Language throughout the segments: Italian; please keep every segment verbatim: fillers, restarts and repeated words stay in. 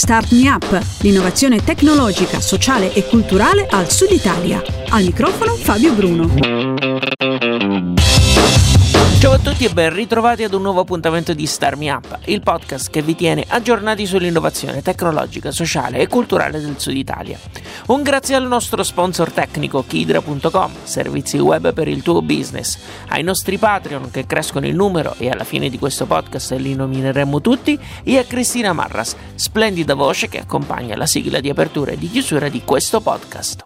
Start Me Up, l'innovazione tecnologica, sociale e culturale al Sud Italia. Al microfono Fabio Bruno. Ciao a tutti e ben ritrovati ad un nuovo appuntamento di Start Me Up, il podcast che vi tiene aggiornati sull'innovazione tecnologica, sociale e culturale del Sud Italia. Un grazie al nostro sponsor tecnico Kidra punto com, servizi web per il tuo business, ai nostri Patreon che crescono in numero e alla fine di questo podcast li nomineremo tutti, e a Cristina Marras, splendida voce che accompagna la sigla di apertura e di chiusura di questo podcast.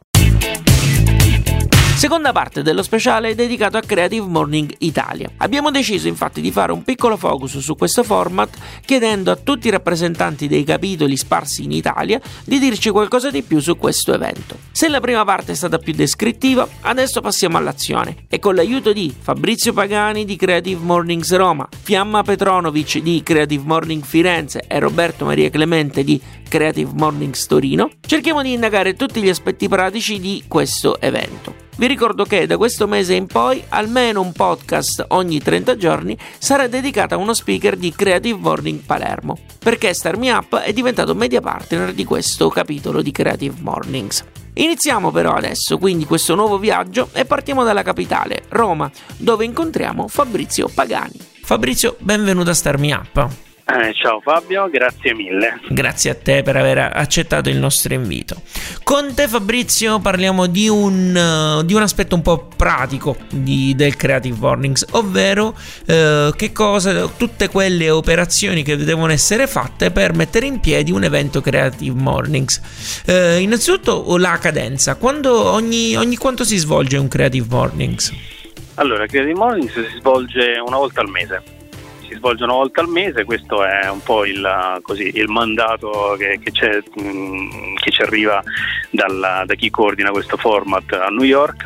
Seconda parte dello speciale dedicato a Creative Morning Italia. Abbiamo deciso infatti di fare un piccolo focus su questo format, chiedendo a tutti i rappresentanti dei capitoli sparsi in Italia di dirci qualcosa di più su questo evento. Se la prima parte è stata più descrittiva, adesso passiamo all'azione e con l'aiuto di Fabrizio Pagani di Creative Mornings Roma, Fiamma Petronovic di Creative Morning Firenze e Roberto Maria Clemente di Creative Mornings Torino, cerchiamo di indagare tutti gli aspetti pratici di questo evento. Vi ricordo che da questo mese in poi almeno un podcast ogni trenta giorni sarà dedicato a uno speaker di Creative Morning Palermo, perché Start Me Up è diventato media partner di questo capitolo di Creative Mornings. Iniziamo però adesso quindi questo nuovo viaggio e partiamo dalla capitale, Roma, dove incontriamo Fabrizio Pagani. Fabrizio, benvenuto a Start Me Up. Eh, ciao Fabio, grazie mille. Grazie a te per aver accettato il nostro invito. Con te Fabrizio parliamo di un, uh, di un aspetto un po' pratico di, del Creative Mornings, ovvero uh, che cosa, tutte quelle operazioni che devono essere fatte per mettere in piedi un evento Creative Mornings. Uh, innanzitutto la cadenza, quando ogni, ogni quanto si svolge un Creative Mornings? Allora, Creative Mornings si svolge una volta al mese. Si svolge una volta al mese, questo è un po' il, così, il mandato che, che, c'è, mh, che ci arriva dalla, da chi coordina questo format a New York,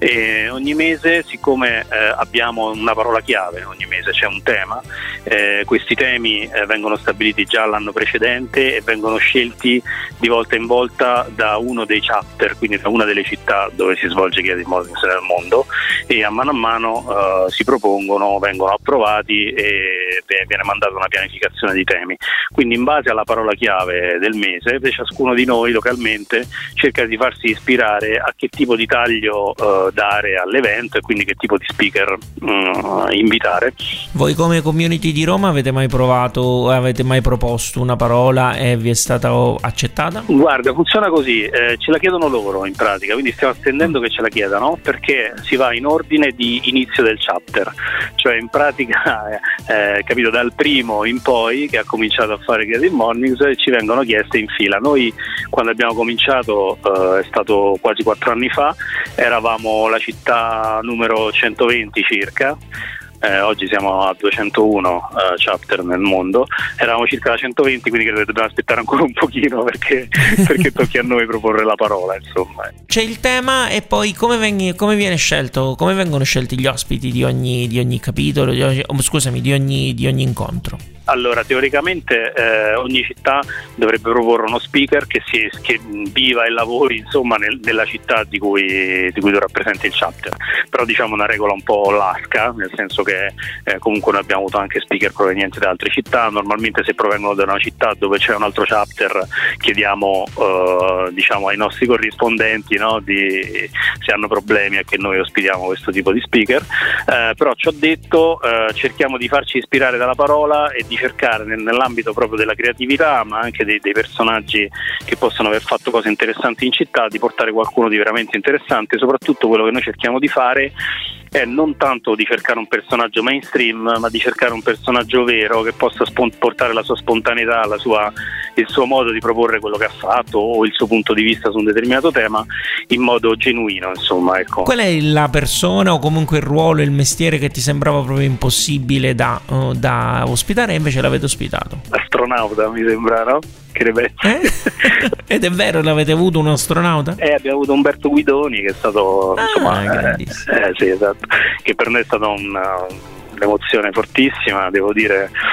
e ogni mese, siccome eh, abbiamo una parola chiave, ogni mese c'è un tema, eh, questi temi eh, vengono stabiliti già l'anno precedente e vengono scelti di volta in volta da uno dei chapter, quindi da una delle città dove si svolge Creative Mornings nel mondo, e a mano a mano eh, si propongono, vengono approvati e viene mandata una pianificazione di temi. Quindi in base alla parola chiave del mese, ciascuno di noi localmente cerca di farsi ispirare a che tipo di taglio uh, dare all'evento e quindi che tipo di speaker uh, invitare. Voi come community di Roma avete mai provato, avete mai proposto una parola e vi è stata accettata? Guarda, funziona così, eh, ce la chiedono loro in pratica, quindi stiamo attendendo che ce la chiedano, perché si va in ordine di inizio del chapter, cioè in pratica eh, Eh, capito, dal primo in poi che ha cominciato a fare Creative Mornings ci vengono chieste in fila. Noi quando abbiamo cominciato eh, è stato quasi quattro anni fa, eravamo la città numero centoventi circa. Eh, oggi siamo a duecentouno uh, chapter nel mondo, eravamo circa da centoventi, quindi credo che dobbiamo aspettare ancora un pochino perché, perché tocchi a noi proporre la parola, insomma. C'è il tema e poi come, veng- come viene scelto, come vengono scelti gli ospiti di ogni, di ogni capitolo, di ogni, oh, scusami, di ogni, di ogni incontro? Allora, teoricamente eh, ogni città dovrebbe proporre uno speaker che, si, che viva e lavori insomma nel, nella città di cui, di cui tu rappresenti il chapter, però diciamo una regola un po' lasca, nel senso che eh, comunque noi abbiamo avuto anche speaker provenienti da altre città. Normalmente se provengono da una città dove c'è un altro chapter chiediamo eh, diciamo ai nostri corrispondenti, no, di, se hanno problemi a che noi ospitiamo questo tipo di speaker, eh, però ciò detto eh, cerchiamo di farci ispirare dalla parola e di cercare nell'ambito proprio della creatività, ma anche dei, dei personaggi che possono aver fatto cose interessanti in città, di portare qualcuno di veramente interessante. Soprattutto quello che noi cerchiamo di fare è non tanto di cercare un personaggio mainstream, ma di cercare un personaggio vero che possa spont- portare la sua spontaneità, la sua, il suo modo di proporre quello che ha fatto o il suo punto di vista su un determinato tema in modo genuino, insomma, ecco. Qual è la persona o comunque il ruolo, il mestiere che ti sembrava proprio impossibile da, uh, da ospitare e invece l'avete ospitato? Astronauta, mi sembra, no? Che ne pensi? Eh? Ed è vero, l'avete avuto un astronauta? Eh, abbiamo avuto Umberto Guidoni, che è stato ah, insomma eh, eh, sì, esatto, che per noi è stata una, un'emozione fortissima, devo dire.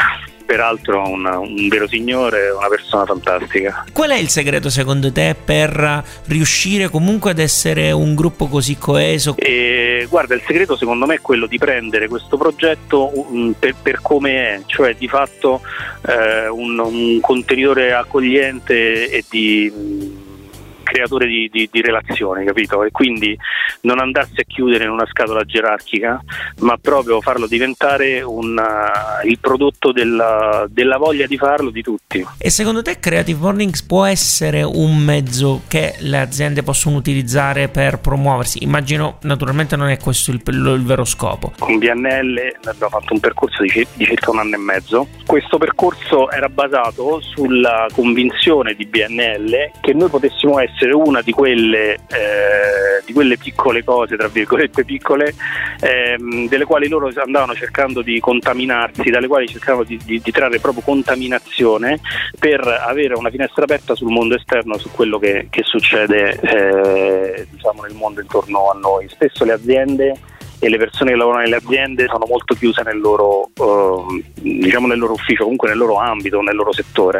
peraltro un, un vero signore, una persona fantastica. Qual è il segreto secondo te per riuscire comunque ad essere un gruppo così coeso? E, guarda, il segreto secondo me è quello di prendere questo progetto um, per, per come è, cioè di fatto eh, un, un contenitore accogliente e di creatore di, di, di relazioni, capito? E quindi non andarsi a chiudere in una scatola gerarchica, ma proprio farlo diventare un, uh, il prodotto della, della voglia di farlo di tutti. E secondo te Creative Mornings può essere un mezzo che le aziende possono utilizzare per promuoversi? Immagino, naturalmente non è questo il, il, il vero scopo. Con B N L abbiamo fatto un percorso di, c- di circa un anno e mezzo. Questo percorso era basato sulla convinzione di B N L che noi potessimo essere una di quelle eh, di quelle piccole cose, tra virgolette piccole, ehm, delle quali loro andavano cercando di contaminarsi, dalle quali cercavano di, di, di trarre proprio contaminazione per avere una finestra aperta sul mondo esterno, su quello che, che succede eh, diciamo nel mondo intorno a noi. Spesso le aziende e le persone che lavorano nelle aziende sono molto chiuse nel loro uh, diciamo nel loro ufficio, comunque nel loro ambito, nel loro settore,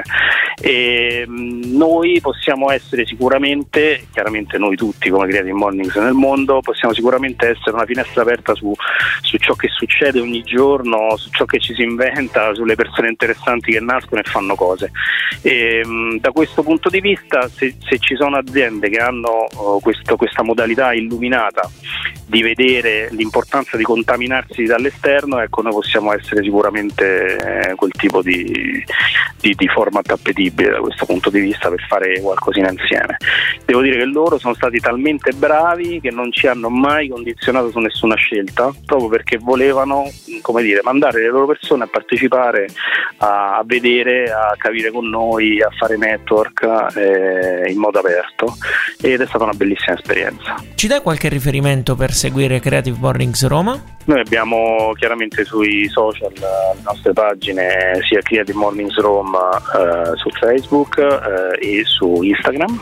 e mh, noi possiamo essere sicuramente, chiaramente noi tutti come Creative Mornings nel mondo, possiamo sicuramente essere una finestra aperta su, su ciò che succede ogni giorno, su ciò che ci si inventa, sulle persone interessanti che nascono e fanno cose, e mh, da questo punto di vista se, se ci sono aziende che hanno uh, questo, questa modalità illuminata di vedere l'importanza di contaminarsi dall'esterno, ecco, noi possiamo essere sicuramente eh, quel tipo di, di, di format appetibile da questo punto di vista per fare qualcosina insieme. Devo dire che loro sono stati talmente bravi che non ci hanno mai condizionato su nessuna scelta, proprio perché volevano, come dire, mandare le loro persone a partecipare, a, a vedere, a capire con noi, a fare network eh, in modo aperto, ed è stata una bellissima esperienza. Ci dai qualche riferimento per seguire Creative Mornings Roma? Noi abbiamo chiaramente sui social le nostre pagine, sia Creative Mornings Roma eh, su Facebook eh, e su Instagram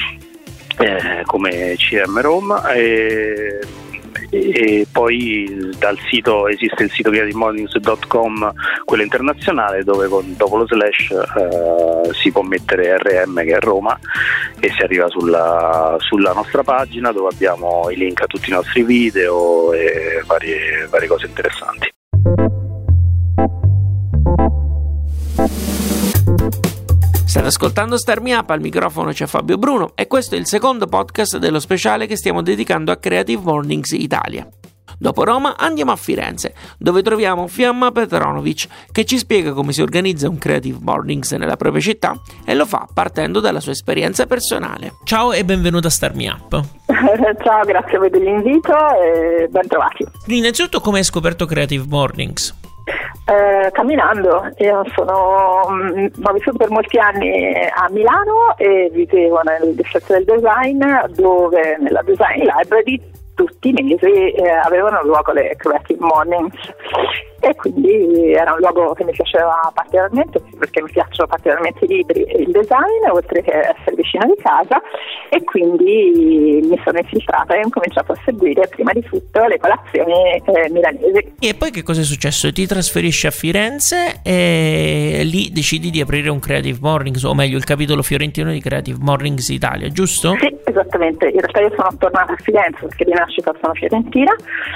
eh, come C M Roma, e, e poi dal sito esiste il sito creative mornings dot com, quello internazionale, dove con, dopo lo slash eh, si può mettere R M che è Roma e si arriva sulla, sulla nostra pagina, dove abbiamo i link a tutti i nostri video e varie, varie cose interessanti. State ascoltando Start Me Up, al microfono c'è Fabio Bruno e questo è il secondo podcast dello speciale che stiamo dedicando a Creative Mornings Italia. Dopo Roma andiamo a Firenze, dove troviamo Fiamma Petronovic, che ci spiega come si organizza un Creative Mornings nella propria città e lo fa partendo dalla sua esperienza personale. Ciao e benvenuta a Start Me Up. Ciao, grazie a voi dell'invito e ben trovati. Innanzitutto, come hai scoperto Creative Mornings? Eh, camminando. Io sono mh, ho vissuto per molti anni a Milano e vivevo nel distretto del design, dove nella Design Library tutti i mesi eh, avevano luogo le Creative Mornings, e quindi era un luogo che mi piaceva particolarmente, perché mi piacciono particolarmente i libri e il design, oltre che essere vicino di casa, e quindi mi sono infiltrata e ho cominciato a seguire prima di tutto le colazioni eh, milanesi. E poi che cosa è successo? Ti trasferisci a Firenze e lì decidi di aprire un Creative Mornings, o meglio il capitolo fiorentino di Creative Mornings Italia, giusto? Sì, esattamente. In realtà io sono tornata a Firenze perché di nascita sono fiorentina,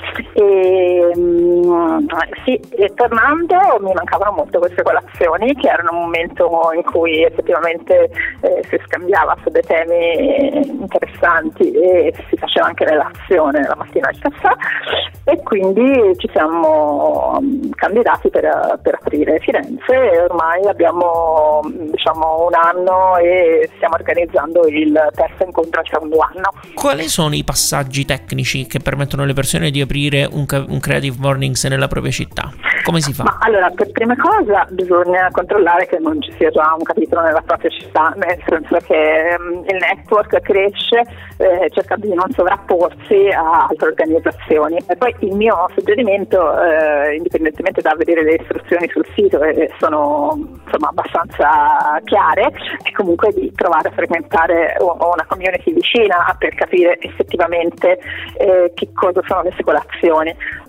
e mh, sì, e tornando mi mancavano molto queste colazioni, che erano un momento in cui effettivamente eh, si scambiava su dei temi interessanti e si faceva anche relazione la mattina al caffè, e quindi ci siamo candidati per, per aprire Firenze, e ormai abbiamo diciamo un anno e stiamo organizzando il terzo incontro al secondo anno. Quali sono i passaggi tecnici che permettono alle persone di aprire un, un Creative Mornings nella propria città? Come si fa? Ma allora, per prima cosa bisogna controllare che non ci sia già un capitolo nella propria città, nel senso che um, il network cresce eh, cercando di non sovrapporsi a altre organizzazioni. E poi il mio suggerimento, eh, indipendentemente da vedere le istruzioni sul sito, eh, sono insomma abbastanza chiare, è comunque di provare a frequentare una community vicina per capire effettivamente eh, che cosa sono le colazioni.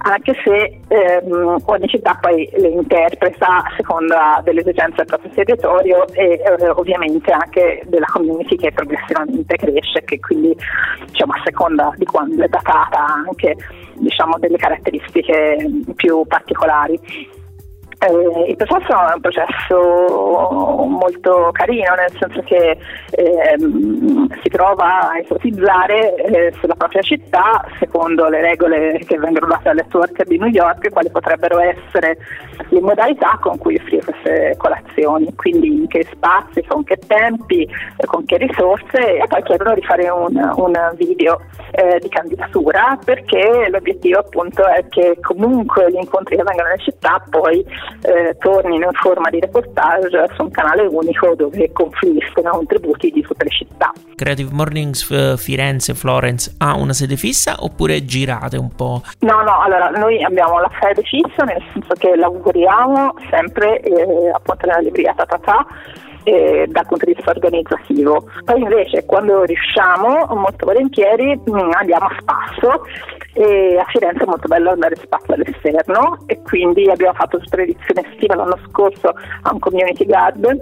anche se ehm, ogni città poi le interpreta a seconda delle esigenze del proprio territorio e eh, ovviamente anche della community che progressivamente cresce, che quindi diciamo a seconda di quando è datata anche diciamo delle caratteristiche più particolari. Eh, il processo è un processo molto carino, nel senso che ehm, si prova a ipotizzare eh, sulla propria città, secondo le regole che vengono date dal network di New York, quali potrebbero essere le modalità con cui offrire queste colazioni, quindi in che spazi, con che tempi, eh, con che risorse, e poi chiedono di fare un, un video eh, di candidatura, perché l'obiettivo appunto è che comunque gli incontri che vengono nelle città poi Eh, tornino in forma di reportage su un canale unico dove confluiscono contributi di tutte le città. Creative Mornings uh, Firenze, Florence ha una sede fissa oppure girate un po'? No, no, allora noi abbiamo la sede fissa, nel senso che lavoriamo sempre eh, appunto nella libreria Tatatà Eh, dal punto di vista organizzativo. Poi invece quando riusciamo molto volentieri mh, andiamo a spasso, e a Firenze è molto bello andare spazio all'esterno, e quindi abbiamo fatto tutta l'edizione estiva l'anno scorso a un community garden,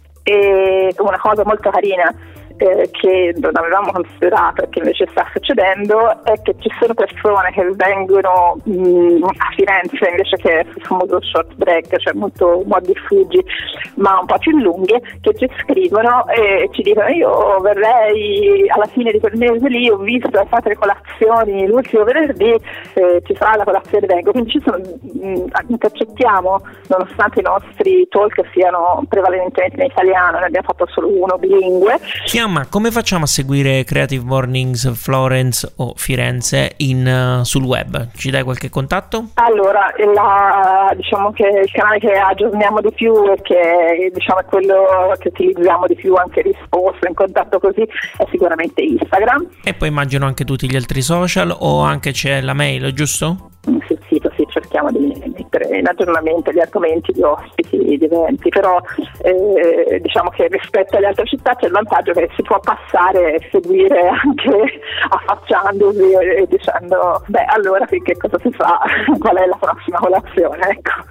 e una cosa molto carina eh, che non avevamo considerato e che invece sta succedendo è che ci sono persone che vengono mh, a Firenze invece che sul famoso short break, cioè molto modi fuggi ma un po' più lunghe, che ci scrivono e ci dicono: io verrei alla fine di quel mese lì, ho visto che fate le colazioni l'ultimo venerdì, eh, ci sarà la colazione, vengo. Quindi ci sono, mh, intercettiamo, nonostante i nostri talk siano prevalentemente in italiano, ne abbiamo fatto solo uno bilingue. Fiamma, come facciamo a seguire Creative Mornings Florence o Firenze in, uh, sul web? Ci dai qualche contatto? Allora, la, diciamo che il canale che aggiorniamo di più e che diciamo è quello che utilizziamo di più, anche risposto in contatto così, è sicuramente Instagram. E poi immagino anche tutti gli altri social, o anche c'è la mail, giusto? Sul sito sì, cerchiamo di mettere in aggiornamento gli argomenti, gli ospiti, gli eventi, però eh, diciamo che rispetto alle altre città c'è il vantaggio che si può passare e seguire anche affacciandosi e dicendo: beh, allora che cosa si fa, qual è la prossima colazione,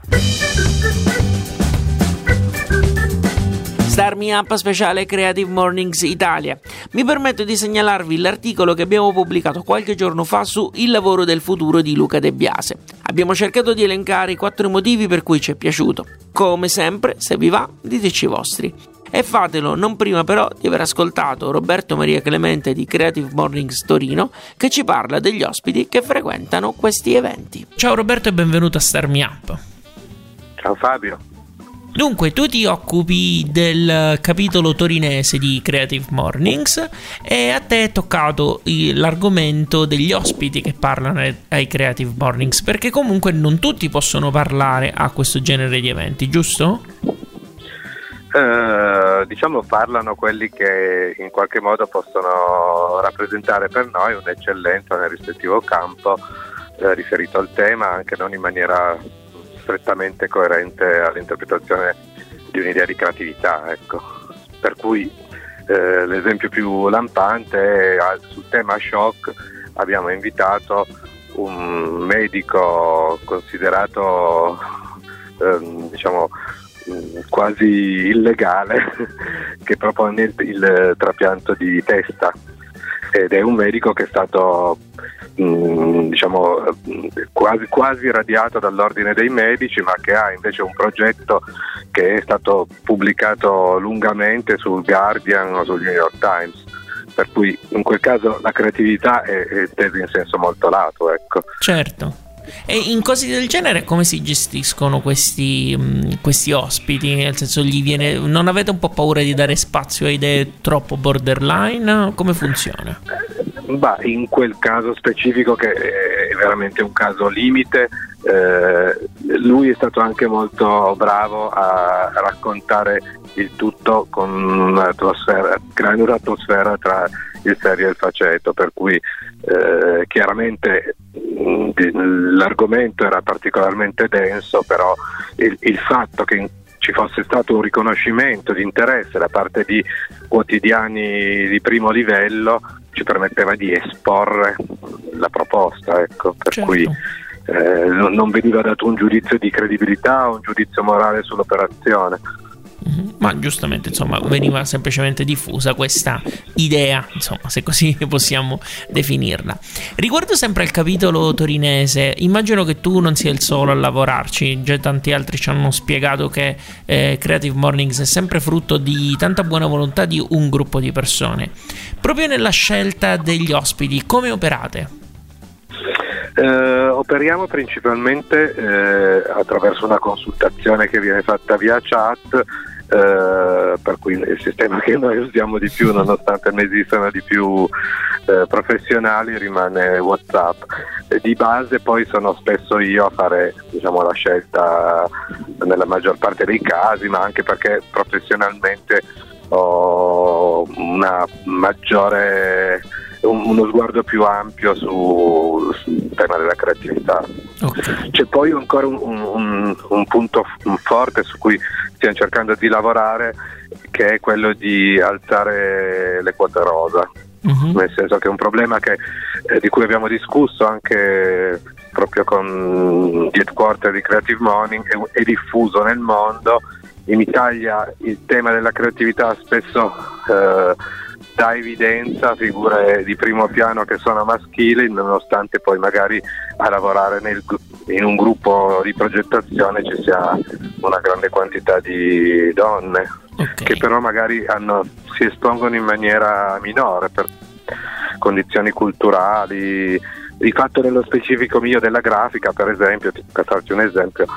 ecco. Start Me Up speciale Creative Mornings Italia. Mi permetto di segnalarvi l'articolo che abbiamo pubblicato qualche giorno fa su Il lavoro del futuro di Luca De Biase. Abbiamo cercato di elencare i quattro motivi per cui ci è piaciuto. Come sempre, se vi va, diteci i vostri. E fatelo non prima però di aver ascoltato Roberto Maria Clemente di Creative Mornings Torino, che ci parla degli ospiti che frequentano questi eventi. Ciao Roberto e benvenuto a Start Me Up. Ciao Fabio. Dunque, tu ti occupi del capitolo torinese di Creative Mornings e a te è toccato l'argomento degli ospiti che parlano ai Creative Mornings, perché comunque non tutti possono parlare a questo genere di eventi, giusto? Uh, diciamo parlano quelli che in qualche modo possono rappresentare per noi un'eccellenza nel rispettivo campo uh, riferito al tema, anche non in maniera strettamente coerente all'interpretazione di un'idea di creatività, ecco. Per cui eh, l'esempio più lampante è sul tema shock. Abbiamo invitato un medico considerato ehm, diciamo quasi illegale che propone il trapianto di testa, ed è un medico che è stato mh, diciamo quasi, quasi radiato dall'ordine dei medici, ma che ha invece un progetto che è stato pubblicato lungamente sul Guardian o sul New York Times, per cui in quel caso la creatività è, è tesa in senso molto lato, ecco. Certo. E in cose del genere come si gestiscono questi, mh, questi ospiti? Nel senso, gli viene, non avete un po' paura di dare spazio a idee troppo borderline? Come funziona? Bah, in quel caso specifico, che è veramente un caso limite, eh, lui è stato anche molto bravo a raccontare il tutto con un'atmosfera, creando un'atmosfera tra il serio e il faceto, per cui eh, chiaramente mh, l'argomento era particolarmente denso, però il, il fatto che in, ci fosse stato un riconoscimento di interesse da parte di quotidiani di primo livello ci permetteva di esporre la proposta, ecco, per certo. cui eh, non, non veniva dato un giudizio di credibilità o un giudizio morale sull'operazione. Ma giustamente, insomma, veniva semplicemente diffusa questa idea, insomma, se così possiamo definirla. Riguardo sempre al capitolo torinese, immagino che tu non sia il solo a lavorarci, già tanti altri ci hanno spiegato che eh, Creative Mornings è sempre frutto di tanta buona volontà di un gruppo di persone. Proprio nella scelta degli ospiti, come operate? Eh, operiamo principalmente eh, attraverso una consultazione che viene fatta via chat, eh, per cui il sistema che noi usiamo di più, nonostante ne esistano di più eh, professionali, rimane WhatsApp. E di base poi sono spesso io a fare, diciamo, la scelta nella maggior parte dei casi, ma anche perché professionalmente ho una maggiore uno sguardo più ampio su, sul tema della creatività. Okay. C'è poi ancora un, un, un punto forte su cui stiamo cercando di lavorare, che è quello di alzare le quote rosa. Uh-huh. Nel senso che è un problema che, eh, di cui abbiamo discusso anche proprio con gli headquarter di Creative Morning, è, è diffuso nel mondo. In Italia il tema della creatività spesso eh, dà evidenza a figure di primo piano che sono maschili, nonostante poi magari a lavorare nel, in un gruppo di progettazione ci sia una grande quantità di donne, okay, che però magari hanno, si espongono in maniera minore per condizioni culturali. Di fatto, nello specifico mio della grafica, per esempio, per farti un esempio,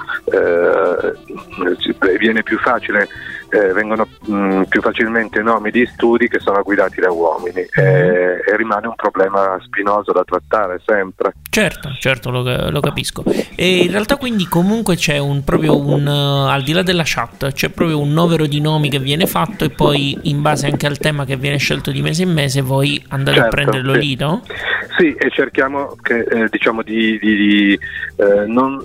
eh, viene più facile, eh, vengono mh, più facilmente nomi di studi che sono guidati da uomini, e, e rimane un problema spinoso da trattare sempre. Certo, certo, lo, lo capisco. E in realtà quindi comunque c'è un proprio un uh, al di là della chat, c'è proprio un novero di nomi che viene fatto, e poi in base anche al tema che viene scelto di mese in mese voi andate certo, a prenderlo, sì, lì, no? Sì, e cerchiamo che eh, diciamo di, di, di eh, non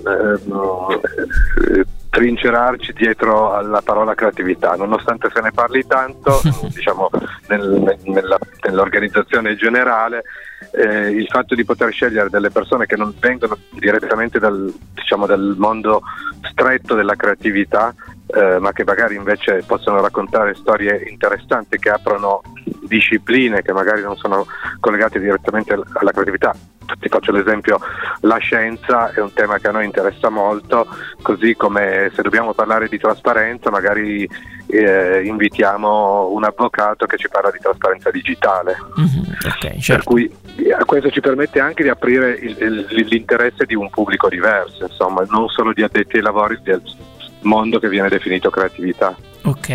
eh, trincerarci dietro alla parola creatività, nonostante se ne parli tanto, diciamo nel, nella, nell'organizzazione generale. Eh, il fatto di poter scegliere delle persone che non vengono direttamente dal, diciamo, dal mondo stretto della creatività, eh, ma che magari invece possono raccontare storie interessanti, che aprono discipline che magari non sono collegate direttamente alla creatività. Ti faccio l'esempio: la scienza è un tema che a noi interessa molto, così come se dobbiamo parlare di trasparenza magari eh, invitiamo un avvocato che ci parla di trasparenza digitale. Mm-hmm, okay, certo. Per cui questo ci permette anche di aprire il, il, l'interesse di un pubblico diverso, insomma, non solo di addetti ai lavori del mondo che viene definito creatività. Ok,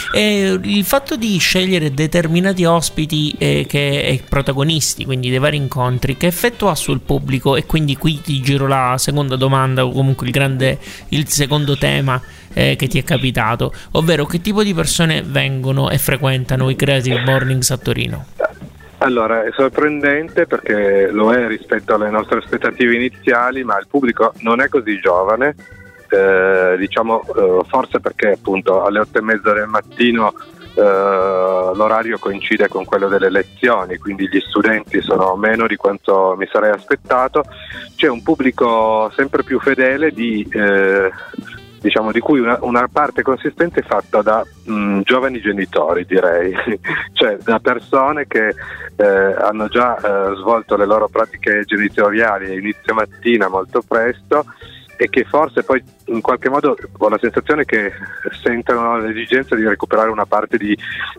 e il fatto di scegliere determinati ospiti eh, che e protagonisti, quindi dei vari incontri, che effetto ha sul pubblico? E quindi qui ti giro la seconda domanda, o comunque il grande il secondo tema eh, che ti è capitato, ovvero che tipo di persone vengono e frequentano i Creative Mornings a Torino? Allora, è sorprendente perché lo è rispetto alle nostre aspettative iniziali, ma il pubblico non è così giovane. Eh, diciamo eh, forse perché appunto alle otto e mezza del mattino eh, l'orario coincide con quello delle lezioni, quindi gli studenti sono meno di quanto mi sarei aspettato. C'è un pubblico sempre più fedele di eh, diciamo di cui una, una parte consistente è fatta da mh, giovani genitori, direi, cioè da persone che eh, hanno già eh, svolto le loro pratiche genitoriali a inizio mattina molto presto, e che forse poi in qualche modo ho la sensazione che sentono l'esigenza di recuperare una parte di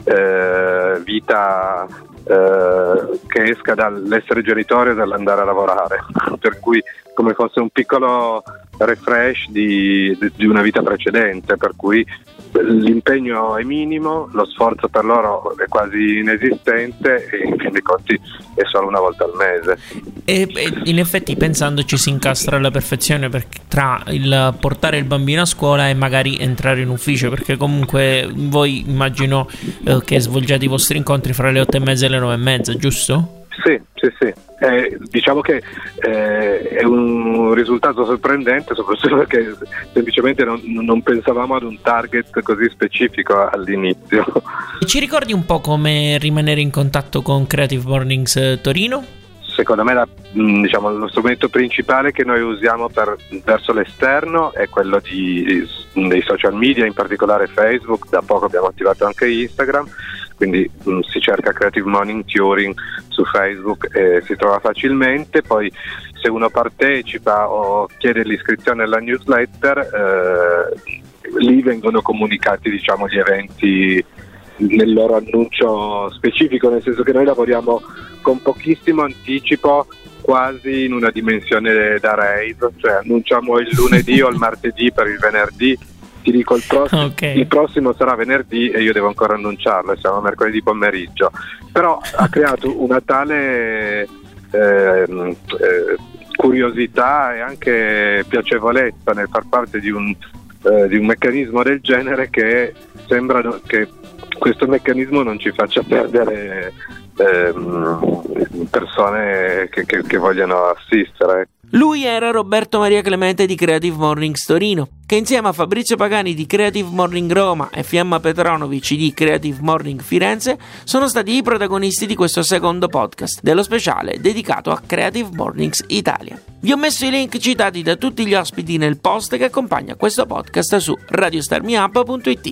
eh, vita eh, che esca dall'essere genitore e dall'andare a lavorare, per cui come fosse un piccolo refresh di, di una vita precedente, per cui l'impegno è minimo, lo sforzo per loro è quasi inesistente e in fin dei conti è solo una volta al mese. E, e in effetti, pensandoci, si incastra alla perfezione perché tra il portare il bambino a scuola e magari entrare in ufficio, perché comunque voi immagino eh, che svolgiate i vostri incontri fra le otto e mezza e le nove e mezza, giusto? Sì, sì, sì. Eh, diciamo che eh, è un risultato sorprendente, soprattutto perché semplicemente non, non pensavamo ad un target così specifico all'inizio. Ci ricordi un po' come rimanere in contatto con Creative Mornings Torino? secondo me la, diciamo, lo strumento principale che noi usiamo per, verso l'esterno è quello di, dei social media, in particolare Facebook. Da poco abbiamo attivato anche Instagram, quindi mh, si cerca Creative Morning Turing su Facebook e si trova facilmente. Poi se uno partecipa o chiede l'iscrizione alla newsletter, eh, lì vengono comunicati, diciamo, gli eventi nel loro annuncio specifico, nel senso che noi lavoriamo con pochissimo anticipo, quasi in una dimensione da rave, cioè annunciamo il lunedì o il martedì per il venerdì, ti dico il prossimo, okay. il prossimo sarà venerdì e io devo ancora annunciarlo, siamo mercoledì pomeriggio, però ha creato una tale eh, eh, curiosità e anche piacevolezza nel far parte di un, eh, di un meccanismo del genere che sembra che questo meccanismo non ci faccia perdere ehm, persone che, che, che vogliono assistere. Lui era Roberto Maria Clemente di Creative Mornings Torino, che insieme a Fabrizio Pagani di Creative Morning Roma e Fiamma Petronovic di Creative Morning Firenze sono stati i protagonisti di questo secondo podcast dello speciale dedicato a Creative Mornings Italia. Vi ho messo i link citati da tutti gli ospiti nel post che accompagna questo podcast su radio star me up punto it.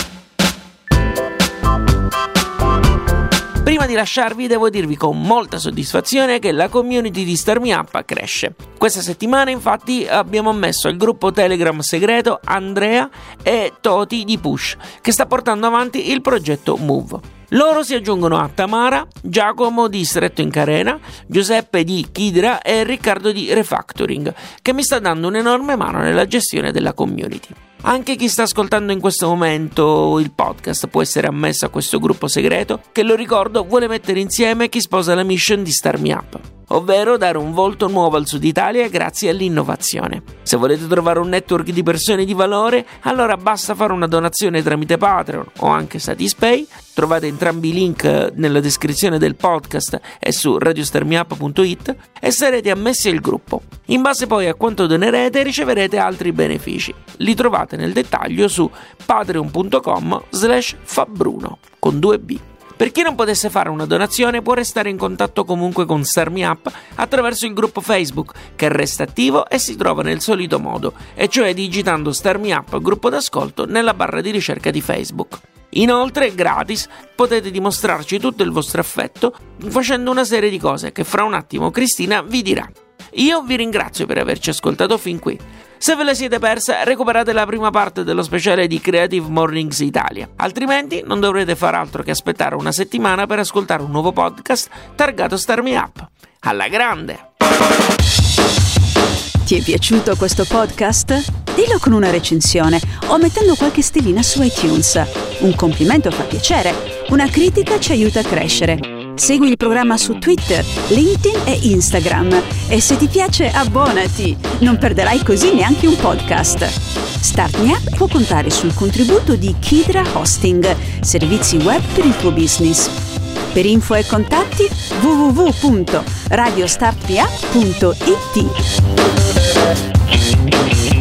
Prima di lasciarvi devo dirvi con molta soddisfazione che la community di Star Me Up cresce. Questa settimana infatti abbiamo messo al gruppo Telegram segreto Andrea e Toti di Push, che sta portando avanti il progetto Move. Loro si aggiungono a Tamara, Giacomo di Stretto in Carena, Giuseppe di Kidra e Riccardo di Refactoring, che mi sta dando un'enorme mano nella gestione della community. Anche chi sta ascoltando in questo momento il podcast può essere ammesso a questo gruppo segreto che, lo ricordo, vuole mettere insieme chi sposa la mission di Star Me Up, ovvero dare un volto nuovo al Sud Italia grazie all'innovazione. Se volete trovare un network di persone di valore, allora basta fare una donazione tramite Patreon o anche Satispay. Trovate entrambi i link nella descrizione del podcast e su radio star me up punto it e sarete ammessi al gruppo. In base poi a quanto donerete riceverete altri benefici. Li trovate nel dettaglio su patreon punto com slash fabbruno con due B. Per chi non potesse fare una donazione può restare in contatto comunque con Star Me Up attraverso il gruppo Facebook, che resta attivo e si trova nel solito modo, e cioè digitando Star Me Up gruppo d'ascolto nella barra di ricerca di Facebook. Inoltre, gratis, potete dimostrarci tutto il vostro affetto facendo una serie di cose che fra un attimo Cristina vi dirà. Io vi ringrazio per averci ascoltato fin qui. Se ve la siete persa, recuperate la prima parte dello speciale di Creative Mornings Italia, altrimenti non dovrete far altro che aspettare una settimana per ascoltare un nuovo podcast targato Star Me Up. Alla grande! Ti è piaciuto questo podcast? Dillo con una recensione o mettendo qualche stellina su iTunes. Un complimento fa piacere, una critica ci aiuta a crescere. Segui il programma su Twitter, LinkedIn e Instagram e se ti piace abbonati, non perderai così neanche un podcast. Start Me Up può contare sul contributo di Kidra Hosting, servizi web per il tuo business. Per info e contatti w w w punto radio start me up punto it.